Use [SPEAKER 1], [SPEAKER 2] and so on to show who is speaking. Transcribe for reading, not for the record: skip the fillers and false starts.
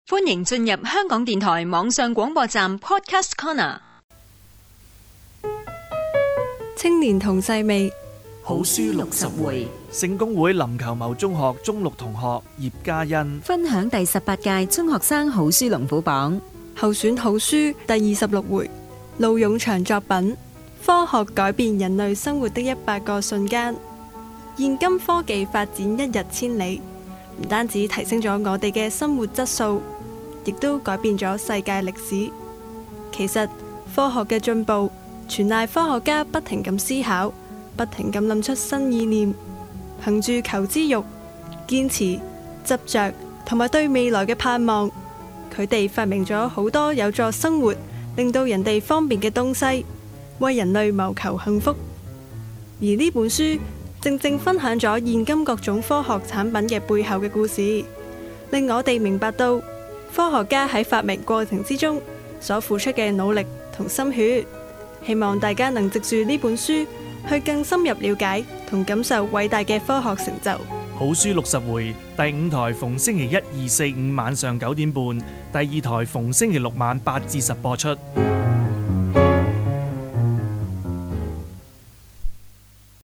[SPEAKER 1] 歡迎進入香港電台網上廣播站 Podcast Corner。
[SPEAKER 2] 青年同細味
[SPEAKER 1] 好書60回，
[SPEAKER 3] 聖公會林球謀中學中六同學葉嘉欣
[SPEAKER 4] 分享第18屆中學生好書龍虎榜
[SPEAKER 2] 候選好書第26回，盧永祥作品《科學改變人類生活的100個瞬間》。現今科技發展一日千里，唔單止提升咗我哋嘅生活質素，亦都改變咗世界歷史。其實科學嘅進步，全賴科學家不停咁思考，不停咁諗出新意念，憑住求知欲、堅持、執着同埋對未來嘅盼望，佢哋發明咗好多有助生活、令到人哋方便嘅東西，為人類謀求幸福。而呢本書正正分享咗現今各種科學產品嘅背後嘅故事，令我哋明白到科學家喺發明過程之中所付出嘅努力同心血。希望大家能藉住呢本書去更深入了解同感受偉大嘅科學成就。
[SPEAKER 3] 好書60回，第5台逢星期1、2、4、5晚上9點半，第2台逢星期6晚8至10播出。